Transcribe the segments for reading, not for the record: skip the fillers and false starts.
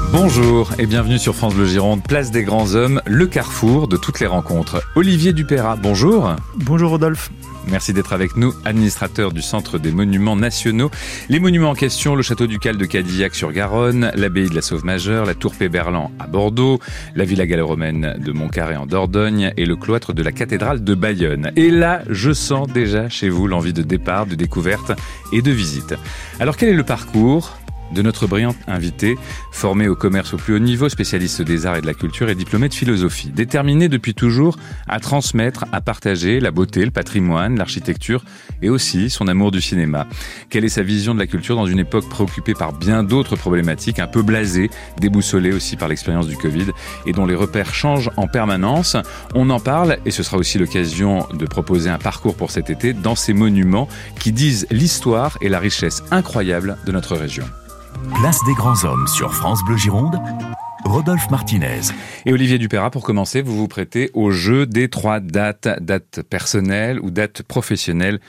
Bonjour et bienvenue sur France Bleu Gironde, place des grands hommes, le carrefour de toutes les rencontres. Olivier Dupeyrat, bonjour. Bonjour Rodolphe. Merci d'être avec nous, administrateur du Centre des Monuments Nationaux. Les monuments en question, le château ducal de Cadillac-sur-Garonne, l'abbaye de la Sauve-Majeure, la tour Péberlan à Bordeaux, la villa gallo-romaine de Montcarré en Dordogne et le cloître de la cathédrale de Bayonne. Et là, je sens déjà chez vous l'envie de départ, de découverte et de visite. Alors quel est le parcours de notre brillante invitée, formée au commerce au plus haut niveau, spécialiste des arts et de la culture et diplômée de philosophie, déterminée depuis toujours à transmettre, à partager la beauté, le patrimoine, l'architecture et aussi son amour du cinéma. Quelle est sa vision de la culture dans une époque préoccupée par bien d'autres problématiques, un peu blasée, déboussolée aussi par l'expérience du Covid et dont les repères changent en permanence? On en parle et ce sera aussi l'occasion de proposer un parcours pour cet été dans ces monuments qui disent l'histoire et la richesse incroyable de notre région. Place des grands hommes sur France Bleu Gironde, Rodolphe Martinez. Et Olivier Dupeyrat, pour commencer, vous vous prêtez au jeu des 3 dates, date personnelle ou date professionnelle.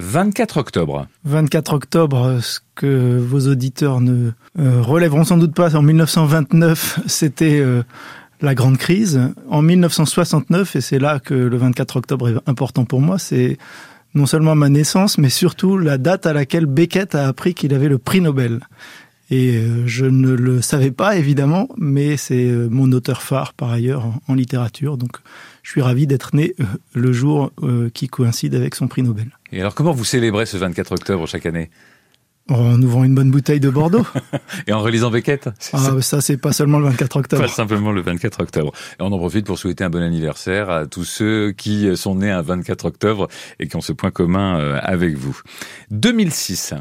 24 octobre. 24 octobre, ce que vos auditeurs ne relèveront sans doute pas, en 1929, c'était la grande crise. En 1969, et c'est là que le 24 octobre est important pour moi, c'est non seulement ma naissance, mais surtout la date à laquelle Beckett a appris qu'il avait le prix Nobel. Et je ne le savais pas, évidemment, mais c'est mon auteur phare, par ailleurs, en littérature. Donc, je suis ravi d'être né le jour qui coïncide avec son prix Nobel. Et alors, comment vous célébrez ce 24 octobre chaque année ? En ouvrant une bonne bouteille de Bordeaux. Et en relisant Beckett ? Ça, c'est pas seulement le 24 octobre. Pas simplement le 24 octobre. Et on en profite pour souhaiter un bon anniversaire à tous ceux qui sont nés un 24 octobre et qui ont ce point commun avec vous. 2006.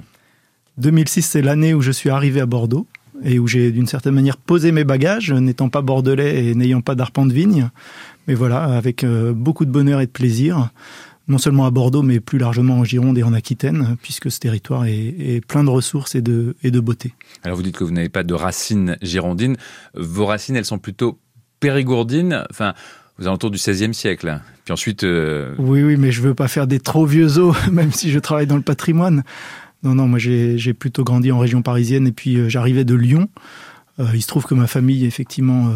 2006, c'est l'année où je suis arrivé à Bordeaux et où j'ai d'une certaine manière posé mes bagages, n'étant pas bordelais et n'ayant pas d'arpent de vigne. Mais voilà, avec beaucoup de bonheur et de plaisir, non seulement à Bordeaux, mais plus largement en Gironde et en Aquitaine, puisque ce territoire est plein de ressources et de beauté. Alors vous dites que vous n'avez pas de racines girondines. Vos racines, elles sont plutôt périgourdines, enfin, aux alentours du XVIe siècle. Puis ensuite... Oui, mais je veux pas faire des trop vieux os, même si je travaille dans le patrimoine. Non, moi j'ai plutôt grandi en région parisienne et puis j'arrivais de Lyon. Il se trouve que ma famille, effectivement,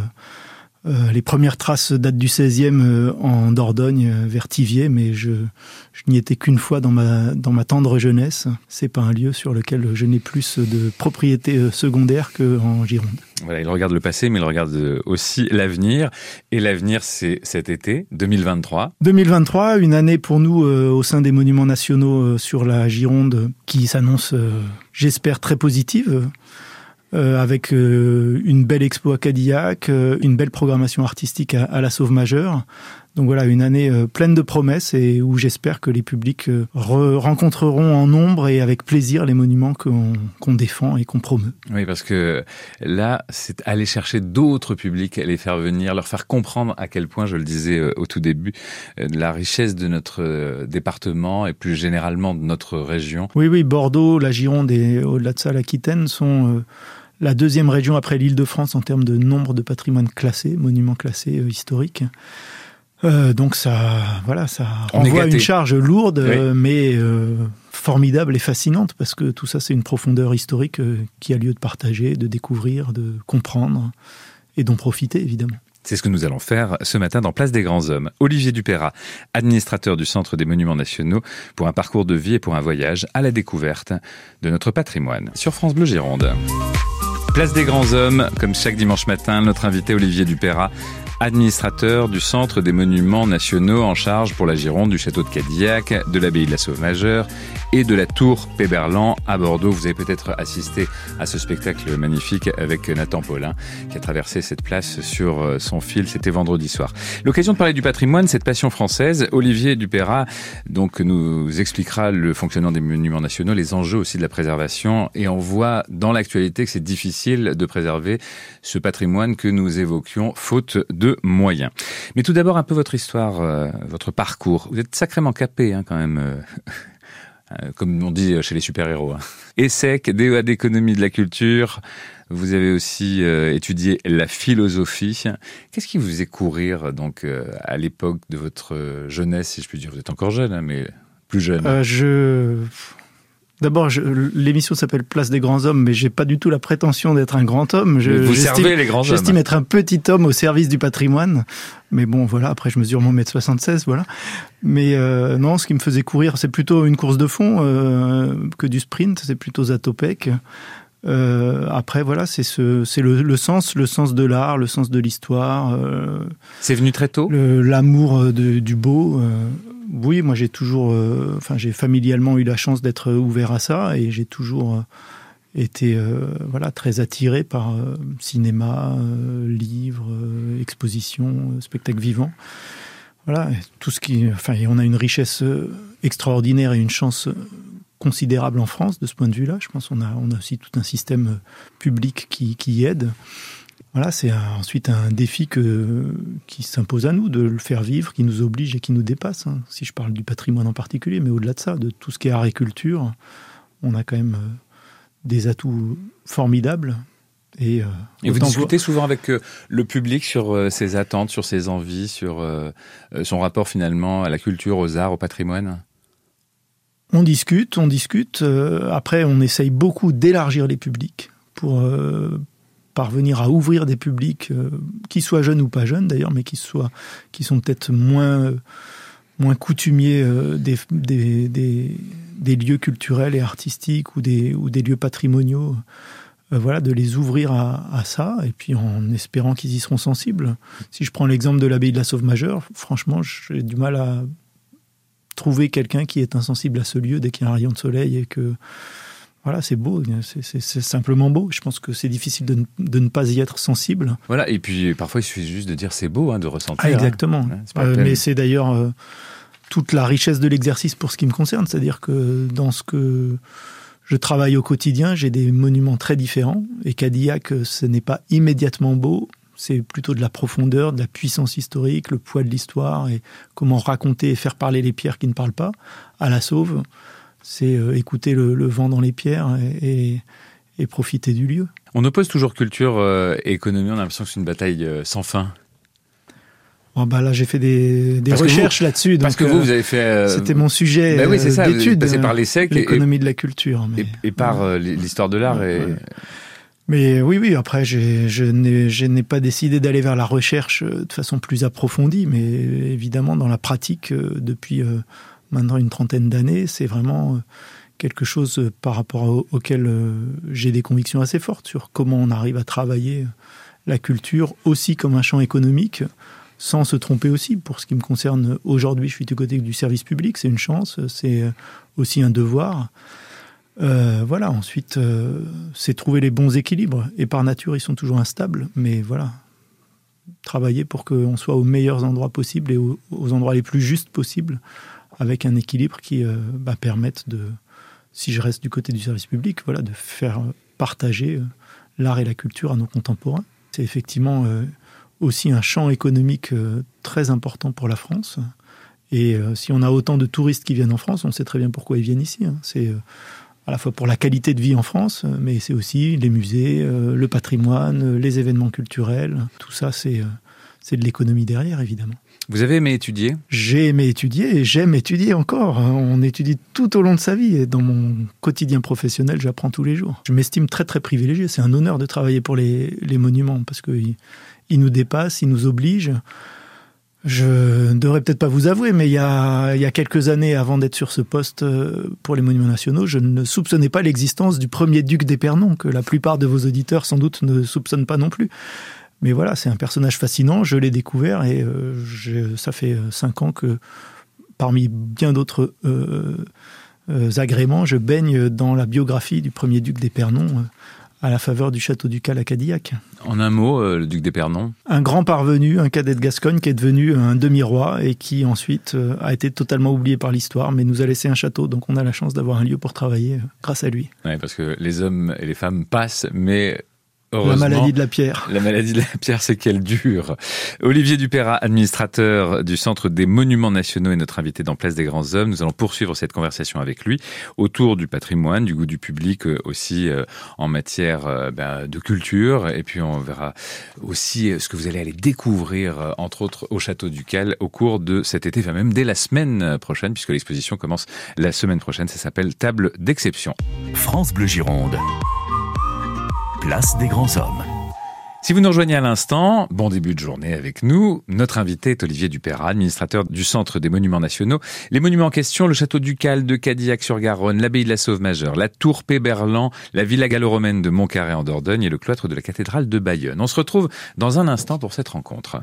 les premières traces datent du 16e en Dordogne, vers Thiviers, mais je n'y étais qu'une fois dans ma tendre jeunesse. C'est pas un lieu sur lequel je n'ai plus de propriété secondaire qu'en Gironde. Voilà, il regarde le passé, mais il regarde aussi l'avenir. Et l'avenir, c'est cet été, 2023. 2023, une année pour nous au sein des monuments nationaux sur la Gironde qui s'annonce, j'espère, très positive. Avec une belle expo à Cadillac, une belle programmation artistique à la Sauve-Majeure. Donc voilà, une année pleine de promesses et où j'espère que les publics rencontreront en nombre et avec plaisir les monuments qu'on défend et qu'on promeut. Oui, parce que là, c'est aller chercher d'autres publics, les faire venir, leur faire comprendre à quel point, je le disais au tout début, la richesse de notre département et plus généralement de notre région. Oui, Bordeaux, la Gironde et au-delà de ça, l'Aquitaine sont... la deuxième région après l'Île-de-France en termes de nombre de patrimoines classés, monuments classés historiques. Donc ça renvoie à une charge lourde, oui. Mais formidable et fascinante, parce que tout ça, c'est une profondeur historique qui a lieu de partager, de découvrir, de comprendre et d'en profiter, évidemment. C'est ce que nous allons faire ce matin dans Place des Grands Hommes. Olivier Dupeyrat, administrateur du Centre des Monuments Nationaux, pour un parcours de vie et pour un voyage à la découverte de notre patrimoine. Sur France Bleu Gironde. Place des Grands Hommes, comme chaque dimanche matin, notre invité Olivier Dupeyrat, administrateur du Centre des Monuments Nationaux en charge pour la Gironde du château de Cadillac, de l'abbaye de la Sauve-Majeure et de la tour Péberlan à Bordeaux. Vous avez peut-être assisté à ce spectacle magnifique avec Nathan Paulin qui a traversé cette place sur son fil. C'était vendredi soir. L'occasion de parler du patrimoine, cette passion française. Olivier Dupeyrat donc nous expliquera le fonctionnement des monuments nationaux, les enjeux aussi de la préservation. Et on voit dans l'actualité que c'est difficile de préserver ce patrimoine que nous évoquions faute de moyens. Mais tout d'abord, un peu votre histoire, votre parcours. Vous êtes sacrément capé quand même, comme on dit chez les super-héros. ESSEC, DEA d'économie de la culture. Vous avez aussi étudié la philosophie. Qu'est-ce qui vous faisait courir donc à l'époque de votre jeunesse, si je puis dire? Vous êtes encore jeune, mais plus jeune. D'abord, l'émission s'appelle Place des grands hommes, mais j'ai pas du tout la prétention d'être un grand homme. Vous servez les grands hommes. J'estime être un petit homme au service du patrimoine. Mais bon, voilà, après je mesure mon 1m76, voilà. Mais non, ce qui me faisait courir, c'est plutôt une course de fond que du sprint, c'est plutôt Zatopek. Après, voilà, c'est le sens de l'art, le sens de l'histoire. C'est venu très tôt ? L'amour du beau. Oui, moi j'ai toujours, j'ai familialement eu la chance d'être ouvert à ça et j'ai toujours été, très attiré par cinéma, livres, expositions, spectacles vivants. Voilà, tout ce qui, on a une richesse extraordinaire et une chance considérable en France de ce point de vue-là. Je pense qu'on a aussi tout un système public qui aide. Voilà, c'est ensuite un défi qui s'impose à nous, de le faire vivre, qui nous oblige et qui nous dépasse. Si je parle du patrimoine en particulier, mais au-delà de ça, de tout ce qui est art et culture, on a quand même des atouts formidables. Et vous discutez souvent avec le public sur ses attentes, sur ses envies, sur son rapport finalement à la culture, aux arts, au patrimoine ? On discute. Après, on essaye beaucoup d'élargir les publics pour parvenir à ouvrir des publics qui soient jeunes ou pas jeunes d'ailleurs, mais qui sont peut-être moins coutumiers des lieux culturels et artistiques ou des lieux patrimoniaux. De les ouvrir à ça, et puis en espérant qu'ils y seront sensibles. Si je prends l'exemple de l'abbaye de la Sauve-Majeure, franchement, j'ai du mal à trouver quelqu'un qui est insensible à ce lieu dès qu'il y a un rayon de soleil et que c'est beau, c'est simplement beau. Je pense que c'est difficile de ne pas y être sensible. Voilà, et puis parfois il suffit juste de dire c'est beau, de ressentir. Exactement. Mais c'est d'ailleurs toute la richesse de l'exercice pour ce qui me concerne, c'est-à-dire que dans ce que je travaille au quotidien, j'ai des monuments très différents, et Cadillac, ce n'est pas immédiatement beau, c'est plutôt de la profondeur, de la puissance historique, le poids de l'histoire, et comment raconter et faire parler les pierres qui ne parlent pas. À la Sauve, c'est écouter le vent dans les pierres et profiter du lieu. On oppose toujours culture et économie, on a l'impression que c'est une bataille sans fin. Là, j'ai fait des recherches là-dessus. Parce que vous avez fait... c'était mon sujet d'étude. Vous passé par l'ESSEC. L'économie de la culture. Et par l'histoire de l'art. Mais oui, après, je n'ai pas décidé d'aller vers la recherche de façon plus approfondie, mais évidemment, dans la pratique, depuis maintenant une trentaine d'années, c'est vraiment quelque chose par rapport auquel j'ai des convictions assez fortes sur comment on arrive à travailler la culture aussi comme un champ économique, sans se tromper aussi. Pour ce qui me concerne, aujourd'hui, je suis du côté du service public, c'est une chance, c'est aussi un devoir. Ensuite, c'est trouver les bons équilibres. Et par nature, ils sont toujours instables, mais travailler pour qu'on soit aux meilleurs endroits possibles et aux endroits les plus justes possibles, avec un équilibre qui permette si je reste du côté du service public, de faire partager l'art et la culture à nos contemporains. C'est effectivement aussi un champ économique très important pour la France. Et si on a autant de touristes qui viennent en France, on sait très bien pourquoi ils viennent ici. C'est à la fois pour la qualité de vie en France, mais c'est aussi les musées, le patrimoine, les événements culturels. Tout ça, c'est de l'économie derrière, évidemment. Vous avez aimé étudier ? J'ai aimé étudier et j'aime étudier encore. On étudie tout au long de sa vie et dans mon quotidien professionnel, j'apprends tous les jours. Je m'estime très très privilégié. C'est un honneur de travailler pour les monuments parce qu'ils nous dépassent, ils nous obligent. Je ne devrais peut-être pas vous avouer, mais il y a quelques années, avant d'être sur ce poste pour les monuments nationaux, je ne soupçonnais pas l'existence du premier duc d'Épernon, que la plupart de vos auditeurs sans doute ne soupçonnent pas non plus. Mais voilà, c'est un personnage fascinant, je l'ai découvert et ça fait 5 ans que, parmi bien d'autres agréments, je baigne dans la biographie du premier duc d'Épernon à la faveur du château ducal à Cadillac. En un mot, le duc d'Épernon ? Un grand parvenu, un cadet de Gascogne qui est devenu un demi-roi et qui ensuite a été totalement oublié par l'histoire, mais nous a laissé un château, donc on a la chance d'avoir un lieu pour travailler grâce à lui. Oui, parce que les hommes et les femmes passent, mais La maladie de la pierre. La maladie de la pierre, c'est qu'elle dure. Olivier Dupeyrat, administrateur du Centre des Monuments Nationaux, est notre invité dans Place des Grands Hommes. Nous allons poursuivre cette conversation avec lui autour du patrimoine, du goût du public aussi en matière de culture. Et puis on verra aussi ce que vous allez aller découvrir, entre autres, au Château du Cal au cours de cet été, enfin même dès la semaine prochaine, puisque l'exposition commence la semaine prochaine. Ça s'appelle Table d'exception. France Bleu Gironde. Place des Grands Hommes. Si vous nous rejoignez à l'instant, bon début de journée avec nous. Notre invité est Olivier Dupeyrat, administrateur du Centre des Monuments Nationaux. Les monuments en question, le Château du Cal de Cadillac-sur-Garonne, l'Abbaye de la Sauve-Majeure, la Tour Péberlan, la Villa gallo-romaine de Montcarré en Dordogne et le cloître de la cathédrale de Bayonne. On se retrouve dans un instant pour cette rencontre.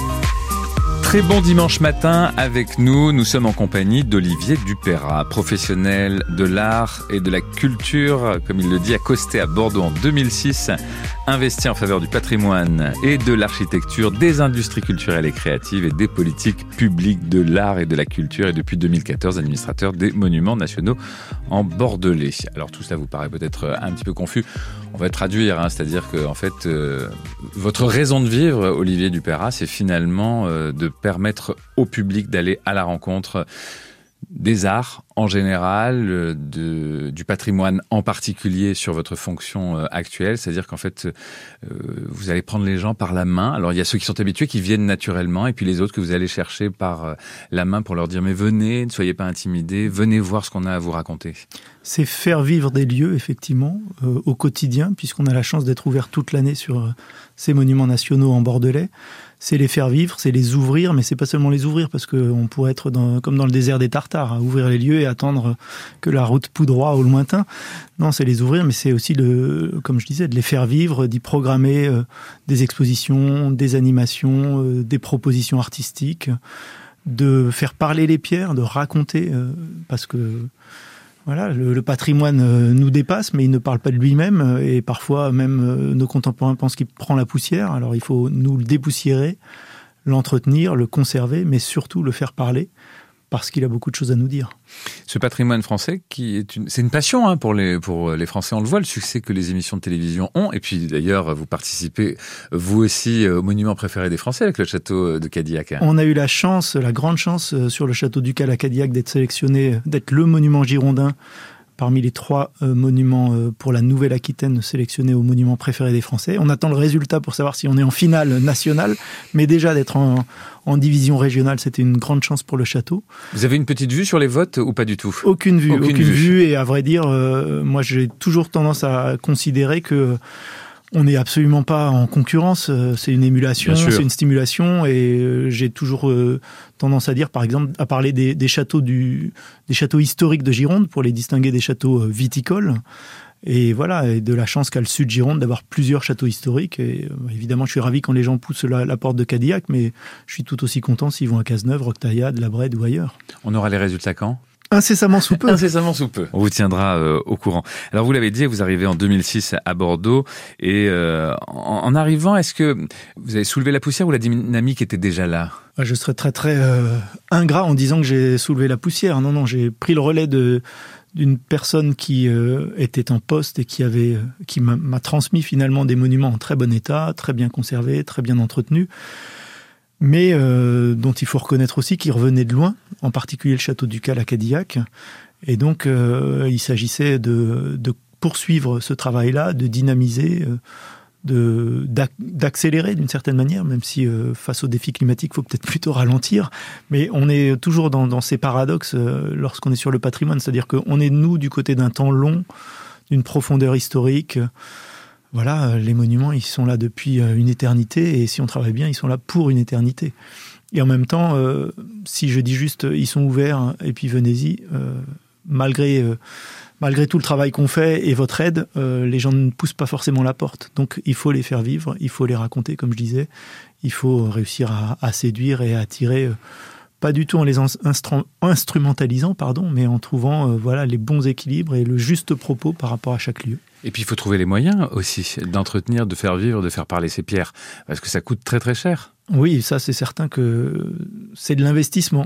Très bon dimanche matin avec nous. Nous sommes en compagnie d'Olivier Dupeyrat, professionnel de l'art et de la culture, comme il le dit, accosté à Bordeaux en 2006, investi en faveur du patrimoine et de l'architecture, des industries culturelles et créatives et des politiques publiques de l'art et de la culture, et depuis 2014 administrateur des Monuments Nationaux en Bordelais. Alors tout cela vous paraît peut-être un petit peu confus. On va traduire, c'est-à-dire que en fait, votre raison de vivre, Olivier Dupeyrat, c'est finalement de permettre au public d'aller à la rencontre des arts en général, du patrimoine en particulier sur votre fonction actuelle. C'est-à-dire qu'en fait, vous allez prendre les gens par la main. Alors il y a ceux qui sont habitués, qui viennent naturellement, et puis les autres que vous allez chercher par la main pour leur dire « mais venez, ne soyez pas intimidés, venez voir ce qu'on a à vous raconter ». C'est faire vivre des lieux, effectivement, au quotidien, puisqu'on a la chance d'être ouvert toute l'année sur ces monuments nationaux en Bordelais. C'est les faire vivre, c'est les ouvrir, mais c'est pas seulement les ouvrir, parce qu'on pourrait être comme dans le désert des Tartares, à ouvrir les lieux et attendre que la route poudroie au lointain. Non, c'est les ouvrir, mais c'est aussi, comme je disais, de les faire vivre, d'y programmer des expositions, des animations, des propositions artistiques, de faire parler les pierres, de raconter, parce que voilà, le patrimoine nous dépasse, mais il ne parle pas de lui-même, et parfois même nos contemporains pensent qu'il prend la poussière. Alors il faut nous le dépoussiérer, l'entretenir, le conserver, mais surtout le faire parler, parce qu'il a beaucoup de choses à nous dire. Ce patrimoine français, c'est une passion pour les Français, on le voit, le succès que les émissions de télévision ont. Et puis d'ailleurs, vous participez, vous aussi, au monument préféré des Français avec le château de Cadillac. On a eu la grande chance, sur le château du Cal à Cadillac, d'être sélectionné, d'être le monument girondin parmi les 3 monuments pour la Nouvelle-Aquitaine sélectionnés au monument préféré des Français. On attend le résultat pour savoir si on est en finale nationale, mais déjà d'être en division régionale, c'était une grande chance pour le château. Vous avez une petite vue sur les votes ou pas du tout ? Aucune vue, et à vrai dire, moi j'ai toujours tendance à considérer que on n'est absolument pas en concurrence, c'est une émulation, c'est une stimulation, et j'ai toujours tendance à dire, par exemple, à parler des châteaux historiques de Gironde pour les distinguer des châteaux viticoles. Et voilà, et de la chance qu'a le sud Gironde d'avoir plusieurs châteaux historiques. Et évidemment, je suis ravi quand les gens poussent la porte de Cadillac, mais je suis tout aussi content s'ils vont à Cazeneuve, Roquetaillade, La Brède ou ailleurs. On aura les résultats quand ? Incessamment sous peu. Incessamment sous peu. On vous tiendra au courant. Alors vous l'avez dit, vous arrivez en 2006 à Bordeaux, et en arrivant, est-ce que vous avez soulevé la poussière ou la dynamique était déjà là ? Je serais très très ingrat en disant que j'ai soulevé la poussière. Non, j'ai pris le relais d'une personne qui était en poste et qui m'a transmis finalement des monuments en très bon état, très bien conservés, très bien entretenus, mais dont il faut reconnaître aussi qu'ils revenaient de loin, en particulier le château du Cal à Cadillac. Et donc, il s'agissait de poursuivre ce travail-là, de dynamiser, d'accélérer d'une certaine manière, même si face aux défis climatiques, il faut peut-être plutôt ralentir. Mais on est toujours dans ces paradoxes lorsqu'on est sur le patrimoine, c'est-à-dire qu'on est, nous, du côté d'un temps long, d'une profondeur historique. Voilà, les monuments, ils sont là depuis une éternité, et si on travaille bien, ils sont là pour une éternité. Et en même temps, si je dis juste, ils sont ouverts, et puis venez-y, malgré tout le travail qu'on fait et votre aide, les gens ne poussent pas forcément la porte. Donc il faut les faire vivre, il faut les raconter, comme je disais, il faut réussir à séduire et à attirer, pas du tout en les instrumentalisant, mais en trouvant les bons équilibres et le juste propos par rapport à chaque lieu. Et puis il faut trouver les moyens aussi d'entretenir, de faire vivre, de faire parler ces pierres, parce que ça coûte très très cher. Oui, ça c'est certain que c'est de l'investissement.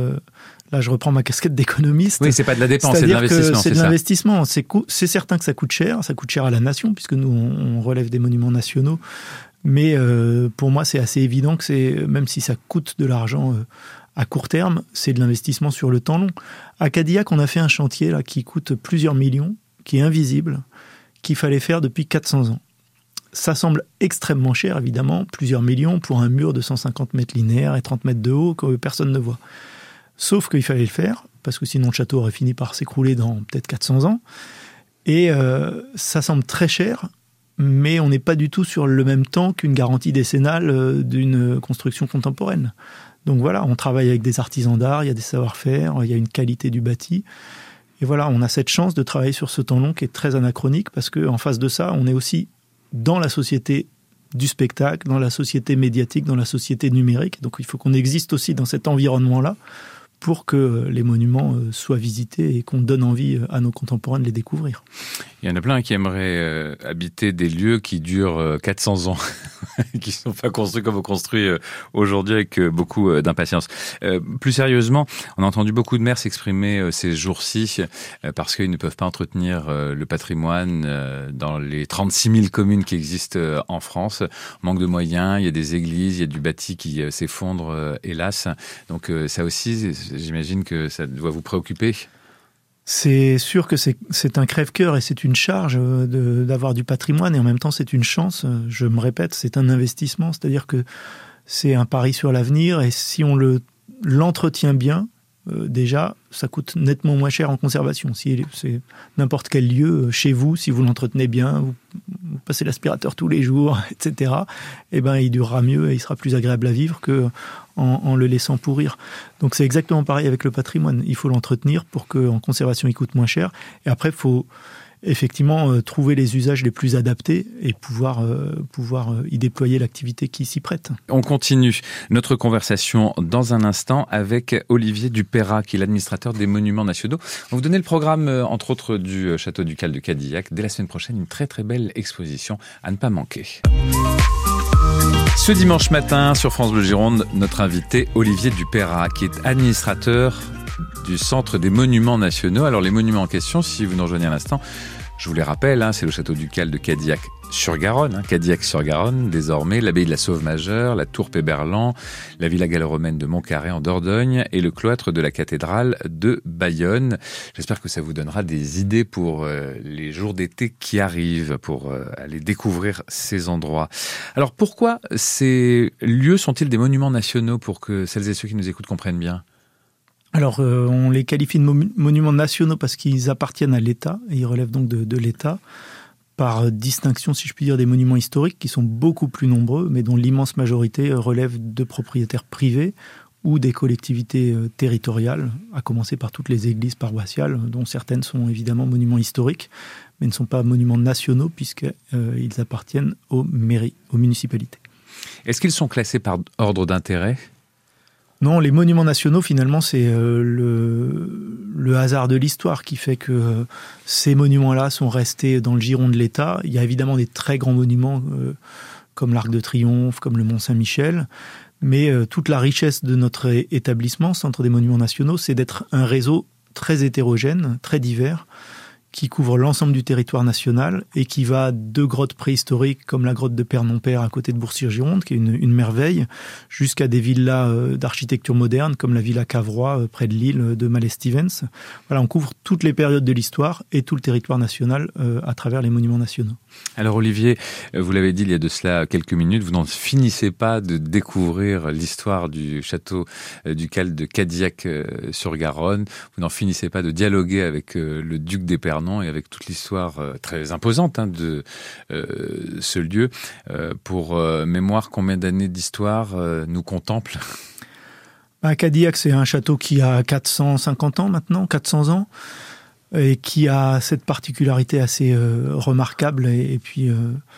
Là, je reprends ma casquette d'économiste. Oui, c'est pas de la dépense, c'est de l'investissement. C'est de l'investissement. C'est certain que ça coûte cher à la nation, puisque nous, on relève des monuments nationaux. Mais pour moi, c'est assez évident que même si ça coûte de l'argent à court terme, c'est de l'investissement sur le temps long. À Cadillac, on a fait un chantier là, qui coûte plusieurs millions, qui est invisible, qu'il fallait faire depuis 400 ans. Ça semble extrêmement cher, évidemment, plusieurs millions pour un mur de 150 mètres linéaires et 30 mètres de haut que personne ne voit. Sauf qu'il fallait le faire, parce que sinon le château aurait fini par s'écrouler dans peut-être 400 ans. Et ça semble très cher, mais on n'est pas du tout sur le même temps qu'une garantie décennale d'une construction contemporaine. Donc voilà, on travaille avec des artisans d'art, il y a des savoir-faire, il y a une qualité du bâti. Et voilà, on a cette chance de travailler sur ce temps long qui est très anachronique, parce qu'en face de ça, on est aussi dans la société du spectacle, dans la société médiatique, dans la société numérique. Donc il faut qu'on existe aussi dans cet environnement-là pour que les monuments soient visités et qu'on donne envie à nos contemporains de les découvrir. Il y en a plein qui aimeraient habiter des lieux qui durent 400 ans, qui ne sont pas construits comme on construit aujourd'hui avec beaucoup d'impatience. Plus sérieusement, on a entendu beaucoup de maires s'exprimer ces jours-ci parce qu'ils ne peuvent pas entretenir le patrimoine dans les 36 000 communes qui existent en France. Manque de moyens, il y a des églises, il y a du bâti qui s'effondre, hélas. Donc ça aussi, j'imagine que ça doit vous préoccuper. C'est sûr que c'est un crève-cœur et c'est une charge d'avoir du patrimoine, et en même temps c'est une chance. Je me répète, c'est un investissement, c'est-à-dire que c'est un pari sur l'avenir, et si on l'entretient bien, déjà ça coûte nettement moins cher en conservation. Si c'est n'importe quel lieu chez vous, si vous l'entretenez bien, vous passez l'aspirateur tous les jours, etc., eh ben, il durera mieux et il sera plus agréable à vivre qu'en le laissant pourrir. Donc c'est exactement pareil avec le patrimoine. Il faut l'entretenir pour qu'en conservation il coûte moins cher. Et après, il faut effectivement trouver les usages les plus adaptés et pouvoir y déployer l'activité qui s'y prête. On continue notre conversation dans un instant avec Olivier Dupeyrat, qui est l'administrateur des monuments nationaux. On vous donner le programme, entre autres, du Château ducal de Cadillac. Dès la semaine prochaine, une très très belle exposition à ne pas manquer. Ce dimanche matin, sur France Bleu Gironde, notre invité Olivier Dupeyrat, qui est administrateur du Centre des monuments nationaux. Alors les monuments en question, si vous nous rejoignez à l'instant, je vous les rappelle, c'est le château ducal de Cadillac-sur-Garonne, Cadillac-sur-Garonne, désormais, l'abbaye de la Sauve-Majeure, la tour Péberlan, la villa gallo-romaine de Montcarré en Dordogne et le cloître de la cathédrale de Bayonne. J'espère que ça vous donnera des idées pour les jours d'été qui arrivent, pour aller découvrir ces endroits. Alors pourquoi ces lieux sont-ils des monuments nationaux, pour que celles et ceux qui nous écoutent comprennent bien ? Alors, on les qualifie de monuments nationaux parce qu'ils appartiennent à l'État, et ils relèvent donc de l'État, par distinction, si je puis dire, des monuments historiques qui sont beaucoup plus nombreux, mais dont l'immense majorité relève de propriétaires privés ou des collectivités territoriales, à commencer par toutes les églises paroissiales, dont certaines sont évidemment monuments historiques, mais ne sont pas monuments nationaux puisqu'ils appartiennent aux mairies, aux municipalités. Est-ce qu'ils sont classés par ordre d'intérêt ? Non, les monuments nationaux, finalement, c'est le hasard de l'histoire qui fait que ces monuments-là sont restés dans le giron de l'État. Il y a évidemment des très grands monuments comme l'Arc de Triomphe, comme le Mont-Saint-Michel, mais toute la richesse de notre établissement, Centre des monuments nationaux, c'est d'être un réseau très hétérogène, très divers, qui couvre l'ensemble du territoire national et qui va de grottes préhistoriques comme la grotte de Père-non-Père à côté de Bourg-sur-Gironde, qui est une merveille, jusqu'à des villas d'architecture moderne comme la Villa Cavrois près de Lille de Mallet-Stevens. Voilà, on couvre toutes les périodes de l'histoire et tout le territoire national à travers les monuments nationaux. Alors Olivier, vous l'avez dit il y a de cela quelques minutes, vous n'en finissez pas de découvrir l'histoire du château ducal de Cadillac-sur-Garonne, vous n'en finissez pas de dialoguer avec le duc d'Épernon et avec toute l'histoire très imposante de ce lieu. Pour mémoire, combien d'années d'histoire nous contemple ? Cadillac, c'est un château qui a 450 ans maintenant, 400 ans, et qui a cette particularité assez remarquable et puis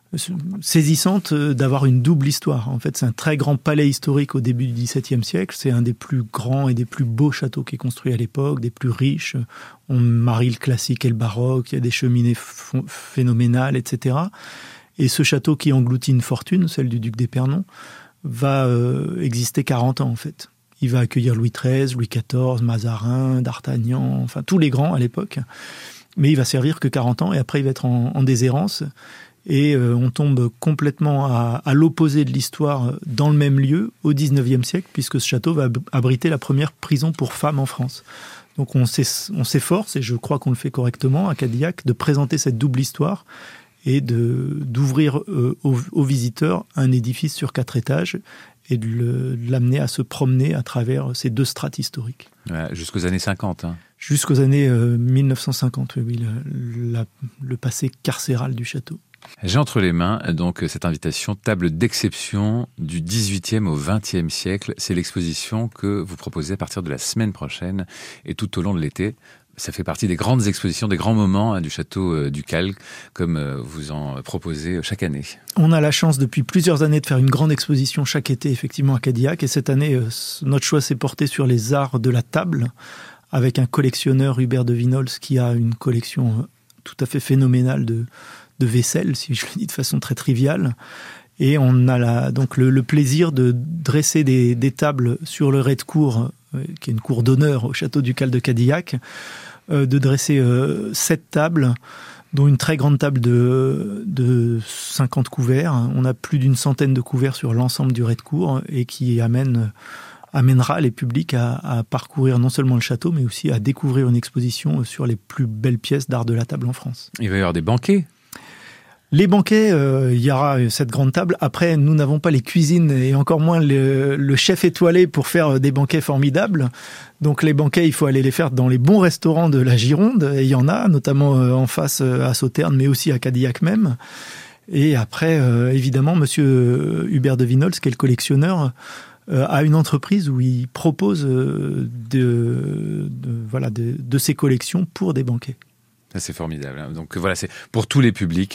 saisissante d'avoir une double histoire. En fait, c'est un très grand palais historique au début du XVIIe siècle. C'est un des plus grands et des plus beaux châteaux qui est construit à l'époque, des plus riches. On marie le classique et le baroque. Il y a des cheminées phénoménales, etc. Et ce château qui engloutit une fortune, celle du duc d'Épernon, va exister 40 ans en fait. Il va accueillir Louis XIII, Louis XIV, Mazarin, D'Artagnan, enfin tous les grands à l'époque. Mais il va servir que 40 ans et après il va être en déshérence. Et on tombe complètement à l'opposé de l'histoire dans le même lieu au XIXe siècle, puisque ce château va abriter la première prison pour femmes en France. Donc on s'efforce, et je crois qu'on le fait correctement à Cadillac, de présenter cette double histoire et d'ouvrir aux visiteurs un édifice sur 4 étages et de l'amener à se promener à travers ces 2 strates historiques. Ouais, jusqu'aux années 50. Hein. Jusqu'aux années 1950, oui, le passé carcéral du château. J'ai entre les mains donc cette invitation table d'exception du XVIIIe au XXe siècle. C'est l'exposition que vous proposez à partir de la semaine prochaine et tout au long de l'été. Ça fait partie des grandes expositions, des grands moments du château du Cal, comme vous en proposez chaque année. On a la chance depuis plusieurs années de faire une grande exposition chaque été effectivement à Cadillac. Et cette année, notre choix s'est porté sur les arts de la table, avec un collectionneur, Hubert de Vinols, qui a une collection tout à fait phénoménale de vaisselle, si je le dis de façon très triviale. Et on a donc le plaisir de dresser des tables sur le rez de cour, qui est une cour d'honneur au château du Cal de Cadillac, de dresser 7 tables, dont une très grande table de 50 couverts. On a plus d'une centaine de couverts sur l'ensemble du rez de cour et qui amènera les publics à parcourir non seulement le château, mais aussi à découvrir une exposition sur les plus belles pièces d'art de la table en France. Il va y avoir des banquets. Les banquets, il y aura cette grande table. Après, nous n'avons pas les cuisines et encore moins le chef étoilé pour faire des banquets formidables. Donc les banquets, il faut aller les faire dans les bons restaurants de la Gironde. Et il y en a, notamment en face à Sauternes, mais aussi à Cadillac même. Et après, évidemment, monsieur Hubert de Vinols, qui est le collectionneur, a une entreprise où il propose de ses collections pour des banquets. Ça, c'est formidable. Donc voilà, c'est pour tous les publics.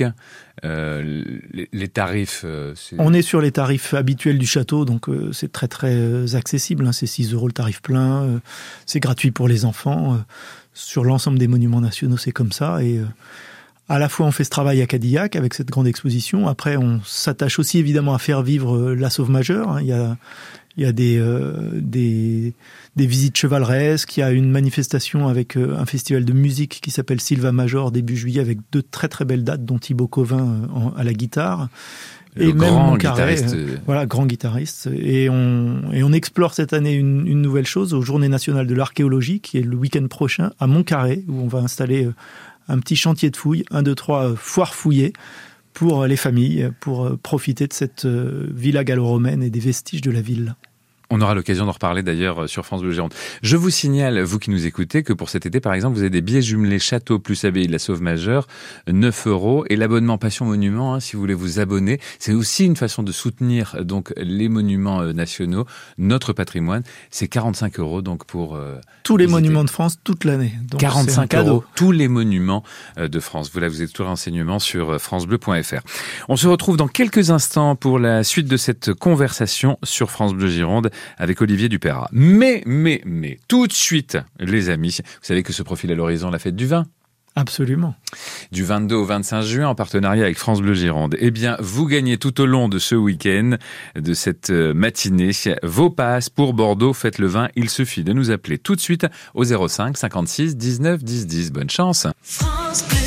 Les tarifs... On est sur les tarifs habituels du château, donc c'est très très accessible. C'est 6 € le tarif plein, c'est gratuit pour les enfants. Sur l'ensemble des monuments nationaux, c'est comme ça. Et à la fois, on fait ce travail à Cadillac avec cette grande exposition. Après, on s'attache aussi évidemment à faire vivre la Sauve majeure. Il y a des visites chevaleresques, il y a une manifestation avec un festival de musique qui s'appelle Silva Major début juillet avec 2 très très belles dates, dont Thibaut Covin à la guitare. Et même grand guitariste. Grand guitariste. Et on explore cette année une nouvelle chose aux Journées nationales de l'archéologie qui est le week-end prochain à Montcarré, où on va installer un petit chantier de fouilles, 1, 2, 3 foires fouillées, pour les familles, pour profiter de cette villa gallo-romaine et des vestiges de la ville. On aura l'occasion d'en reparler d'ailleurs sur France Bleu Gironde. Je vous signale, vous qui nous écoutez, que pour cet été, par exemple, vous avez des billets jumelés château plus abbaye de la Sauve majeure, 9 €, et l'abonnement Passion Monument, si vous voulez vous abonner. C'est aussi une façon de soutenir donc les monuments nationaux, notre patrimoine. C'est 45 € donc pour tous les monuments de France toute l'année. Donc 45 €, tous les monuments de France. Vous avez tous les renseignements sur francebleu.fr. On se retrouve dans quelques instants pour la suite de cette conversation sur France Bleu Gironde avec Olivier Dupérat. Mais, tout de suite, les amis, vous savez que se profile à l'horizon la fête du vin. Absolument. Du 22 au 25 juin, en partenariat avec France Bleu Gironde. Eh bien, vous gagnez tout au long de ce week-end, de cette matinée, vos passes pour Bordeaux. Faites le vin. Il suffit de nous appeler tout de suite au 05 56 19 10 10. Bonne chance. France Bleu.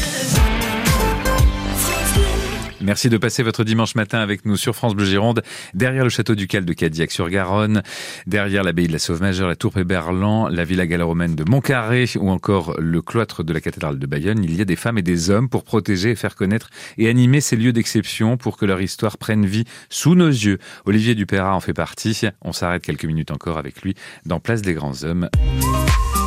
Merci de passer votre dimanche matin avec nous sur France Bleu Gironde, derrière le château du Cal de Cadillac-sur-Garonne, derrière l'abbaye de la Sauve majeure, la tour Péberlan, la villa gallo-romaine de Montcarré ou encore le cloître de la cathédrale de Bayonne. Il y a des femmes et des hommes pour protéger, faire connaître et animer ces lieux d'exception pour que leur histoire prenne vie sous nos yeux. Olivier Dupérat en fait partie. On s'arrête quelques minutes encore avec lui dans Place des Grands Hommes.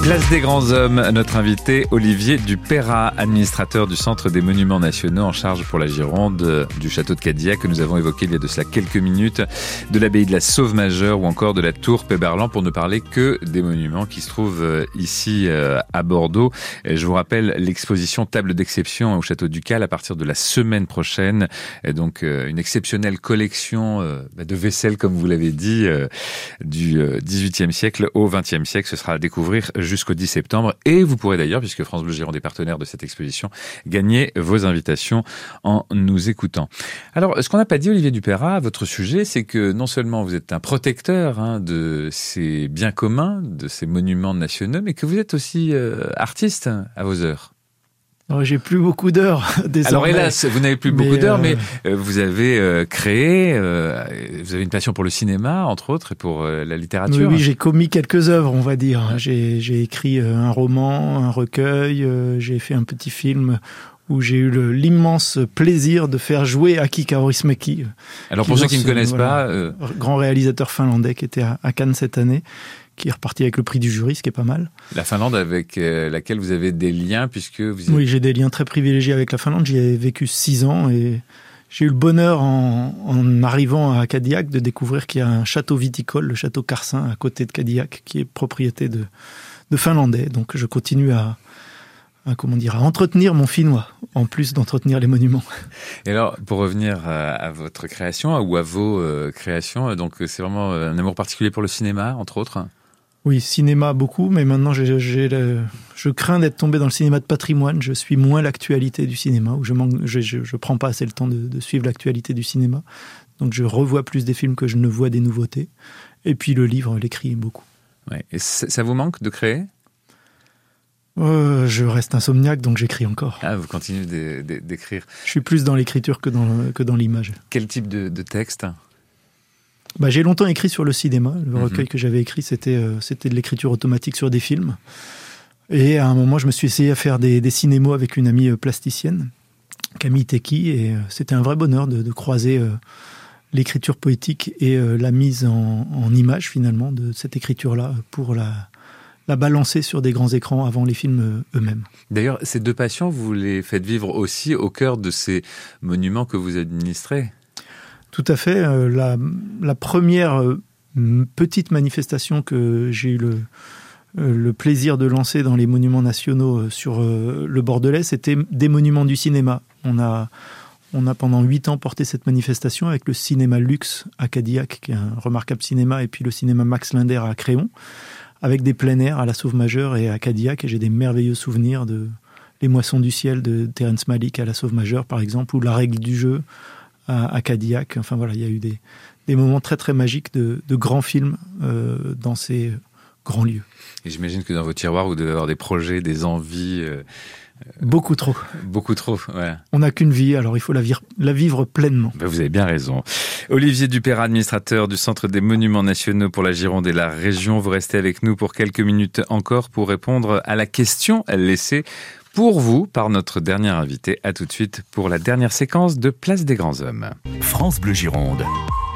Place des grands hommes, notre invité Olivier Dupeyrat, administrateur du Centre des Monuments Nationaux en charge pour la Gironde, du château de Cadillac que nous avons évoqué il y a de cela quelques minutes, de l'abbaye de la Sauve-Majeure ou encore de la tour Péberlan, pour ne parler que des monuments qui se trouvent ici à Bordeaux. Je vous rappelle l'exposition Table d'exception au château Ducal à partir de la semaine prochaine. Et donc une exceptionnelle collection de vaisselle, comme vous l'avez dit, du XVIIIe siècle au XXe siècle. Ce sera à découvrir jusqu'au 10 septembre. Et vous pourrez d'ailleurs, puisque France Bleu Gironde est partenaire de cette exposition, gagner vos invitations en nous écoutant. Alors, ce qu'on n'a pas dit, Olivier Dupeyrat, votre sujet, c'est que non seulement vous êtes un protecteur de ces biens communs, de ces monuments nationaux, mais que vous êtes aussi artiste à vos heures. Alors, j'ai plus beaucoup d'heures désormais. Alors hélas, vous n'avez plus beaucoup d'heures, mais vous avez créé, vous avez une passion pour le cinéma, entre autres, et pour la littérature. Oui, j'ai commis quelques œuvres, on va dire. J'ai écrit un roman, un recueil, j'ai fait un petit film où j'ai eu l'immense plaisir de faire jouer Aki Kaurismäki. Alors pour ceux qui ne connaissent pas... Grand réalisateur finlandais qui était à Cannes cette année, qui est reparti avec le prix du jury, ce qui est pas mal. La Finlande avec laquelle vous avez des liens, puisque vous êtes... Oui, j'ai des liens très privilégiés avec la Finlande. J'y ai vécu 6 ans et j'ai eu le bonheur, en arrivant à Cadillac, de découvrir qu'il y a un château viticole, le château Carsin, à côté de Cadillac, qui est propriété de Finlandais. Donc je continue à entretenir mon finnois, en plus d'entretenir les monuments. Et alors, pour revenir à votre création, ou à vos créations, donc c'est vraiment un amour particulier pour le cinéma, entre autres? Oui, cinéma beaucoup, mais maintenant je crains d'être tombé dans le cinéma de patrimoine. Je suis moins l'actualité du cinéma, où je prends pas assez le temps de suivre l'actualité du cinéma. Donc je revois plus des films que je ne vois des nouveautés. Et puis le livre, l'écrit beaucoup. Ouais. Et ça vous manque de créer ? Je reste insomniaque, donc j'écris encore. Ah, vous continuez d'écrire. Je suis plus dans l'écriture que dans l'image. Quel type de texte ? J'ai longtemps écrit sur le cinéma. Le recueil que j'avais écrit, c'était de l'écriture automatique sur des films. Et à un moment, je me suis essayé à faire des cinémos avec une amie plasticienne, Camille Teki, et c'était un vrai bonheur de croiser l'écriture poétique et la mise en image, finalement, de cette écriture-là pour la balancer sur des grands écrans avant les films eux-mêmes. D'ailleurs, ces deux passions, vous les faites vivre aussi au cœur de ces monuments que vous administrez ? Tout à fait. La première petite manifestation que j'ai eu le plaisir de lancer dans les monuments nationaux sur le Bordelais, c'était des monuments du cinéma. On a pendant 8 ans porté cette manifestation avec le cinéma Luxe à Cadillac, qui est un remarquable cinéma, et puis le cinéma Max Linder à Créon, avec des plein air à la Sauve-Majeure et à Cadillac. Et j'ai des merveilleux souvenirs de Les Moissons du ciel de Terrence Malick à la Sauve-Majeure, par exemple, ou La règle du jeu à Cadillac. Enfin voilà, il y a eu des moments très très magiques de grands films dans ces grands lieux. Et j'imagine que dans vos tiroirs, vous devez avoir des projets, des envies... Beaucoup trop. Beaucoup trop, ouais. On n'a qu'une vie, alors il faut la vivre pleinement. Vous avez bien raison. Olivier Dupeyrat, administrateur du Centre des Monuments Nationaux pour la Gironde et la région. Vous restez avec nous pour quelques minutes encore pour répondre à la question laissée pour vous par notre dernier invité. À tout de suite pour la dernière séquence de Place des Grands Hommes. France Bleu Gironde.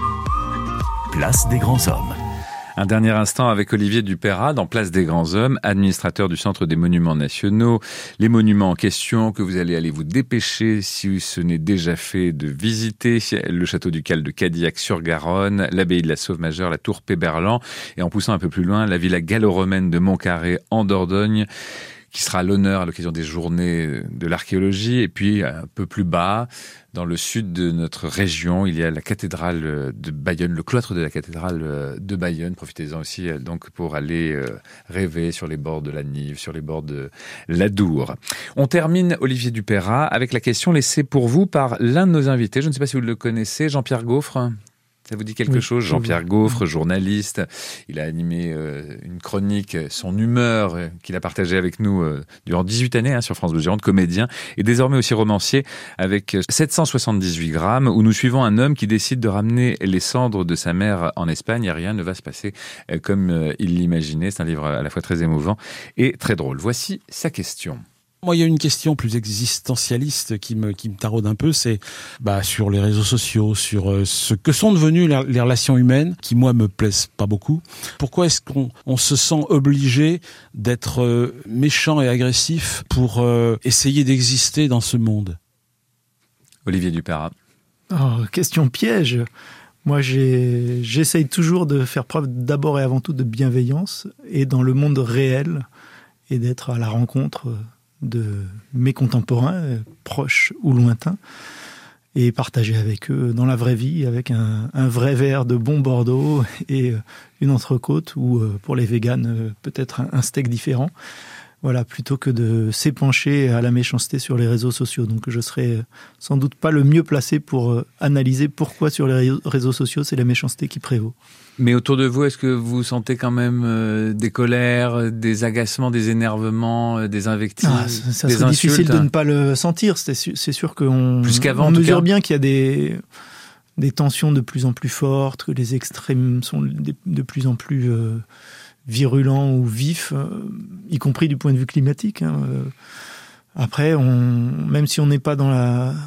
Place des Grands Hommes. Un dernier instant avec Olivier Dupeyrat dans Place des Grands Hommes, administrateur du Centre des Monuments Nationaux. Les monuments en question que vous allez vous dépêcher, si ce n'est déjà fait, de visiter. Le château Ducal de Cadillac-sur-Garonne, l'abbaye de la Sauve-Majeure, la tour Péberlan, et en poussant un peu plus loin, la villa gallo-romaine de Montcarré en Dordogne, qui sera à l'honneur à l'occasion des journées de l'archéologie. Et puis, un peu plus bas, dans le sud de notre région, il y a la cathédrale de Bayonne, le cloître de la cathédrale de Bayonne. Profitez-en aussi donc pour aller rêver sur les bords de la Nive, sur les bords de l'Adour. On termine, Olivier Dupeyrat, avec la question laissée pour vous par l'un de nos invités. Je ne sais pas si vous le connaissez, Jean-Pierre Gaufre. Ça vous dit quelque chose? Jean-Pierre Gaufre, journaliste. Il a animé une chronique, son humeur, qu'il a partagée avec nous durant 18 années sur France Bleu Gironde, comédien, et désormais aussi romancier, avec 778 grammes, où nous suivons un homme qui décide de ramener les cendres de sa mère en Espagne, et rien ne va se passer comme il l'imaginait. C'est un livre à la fois très émouvant et très drôle. Voici sa question. Moi, il y a une question plus existentialiste qui me taraude un peu, c'est sur les réseaux sociaux, sur ce que sont devenues les relations humaines, qui moi me plaisent pas beaucoup. Pourquoi est-ce qu'on se sent obligé d'être méchant et agressif pour essayer d'exister dans ce monde ? Olivier Dupeyrat. Question piège. Moi, j'essaye toujours de faire preuve d'abord et avant tout de bienveillance et dans le monde réel et d'être à la rencontre de mes contemporains, proches ou lointains, et partager avec eux dans la vraie vie, avec un vrai verre de bon Bordeaux et une entrecôte ou pour les véganes peut-être un steak différent. Voilà, plutôt que de s'épancher à la méchanceté sur les réseaux sociaux. Donc je serai sans doute pas le mieux placé pour analyser pourquoi sur les réseaux sociaux c'est la méchanceté qui prévaut. Mais autour de vous, est-ce que vous sentez quand même des colères, des agacements, des énervements, des invectives, ça des serait insultes? Difficile de ne pas le sentir. C'est sûr qu'on plus qu'avant, on mesure bien qu'il y a des tensions de plus en plus fortes, que les extrêmes sont de plus en plus virulents ou vifs, y compris du point de vue climatique. Après, même si on n'est pas dans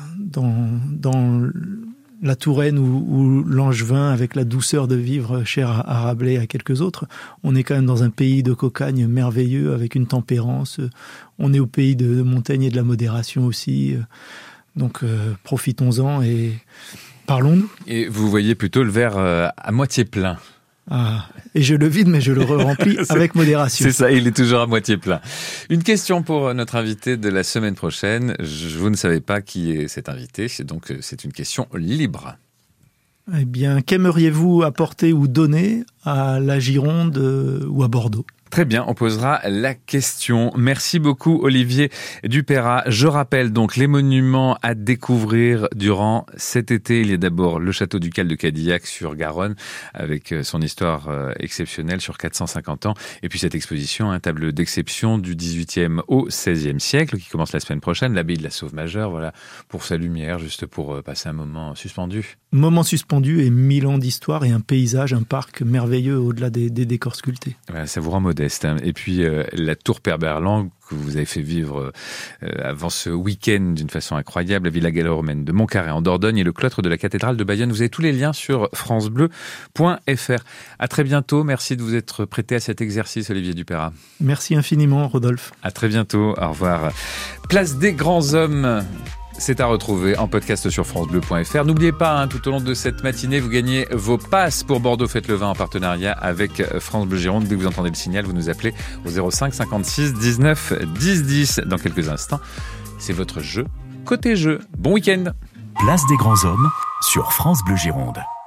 la Touraine ou l'Angevin avec la douceur de vivre chère à Rabelais et à quelques autres, on est quand même dans un pays de cocagne merveilleux avec une tempérance. On est au pays de Montaigne et de la modération aussi. Donc profitons-en et parlons-nous. Et vous voyez plutôt le verre à moitié plein. Et je le vide, mais je le remplis avec modération. C'est ça, il est toujours à moitié plein. Une question pour notre invité de la semaine prochaine. Vous ne savez pas qui est cet invité, donc c'est une question libre. Eh bien, qu'aimeriez-vous apporter ou donner à la Gironde ou à Bordeaux ? Très bien, on posera la question. Merci beaucoup Olivier Dupeyrat. Je rappelle donc les monuments à découvrir durant cet été. Il y a d'abord le château ducal de Cadillac sur Garonne avec son histoire exceptionnelle sur 450 ans. Et puis cette exposition, un tableau d'exception du 18e au 16e siècle qui commence la semaine prochaine, l'abbaye de la Sauve-Majeure, voilà, pour sa lumière, juste pour passer un moment suspendu. Moment suspendu et 1000 ans d'histoire et un paysage, un parc merveilleux au-delà des décors sculptés. Voilà, ça vous rend modeste. Et puis la tour Père-Berland que vous avez fait vivre avant ce week-end d'une façon incroyable, la villa gallo-romaine de Montcarré en Dordogne et le cloître de la cathédrale de Bayonne. Vous avez tous les liens sur francebleu.fr. À très bientôt. Merci de vous être prêté à cet exercice, Olivier Dupeyrat. Merci infiniment, Rodolphe. À très bientôt. Au revoir. Place des grands hommes. C'est à retrouver en podcast sur francebleu.fr. N'oubliez pas, tout au long de cette matinée, vous gagnez vos passes pour Bordeaux Fête le Vin en partenariat avec France Bleu Gironde. Dès que vous entendez le signal, vous nous appelez au 05 56 19 10 10. Dans quelques instants, c'est votre jeu côté jeu. Bon week-end. Place des grands hommes sur France Bleu Gironde.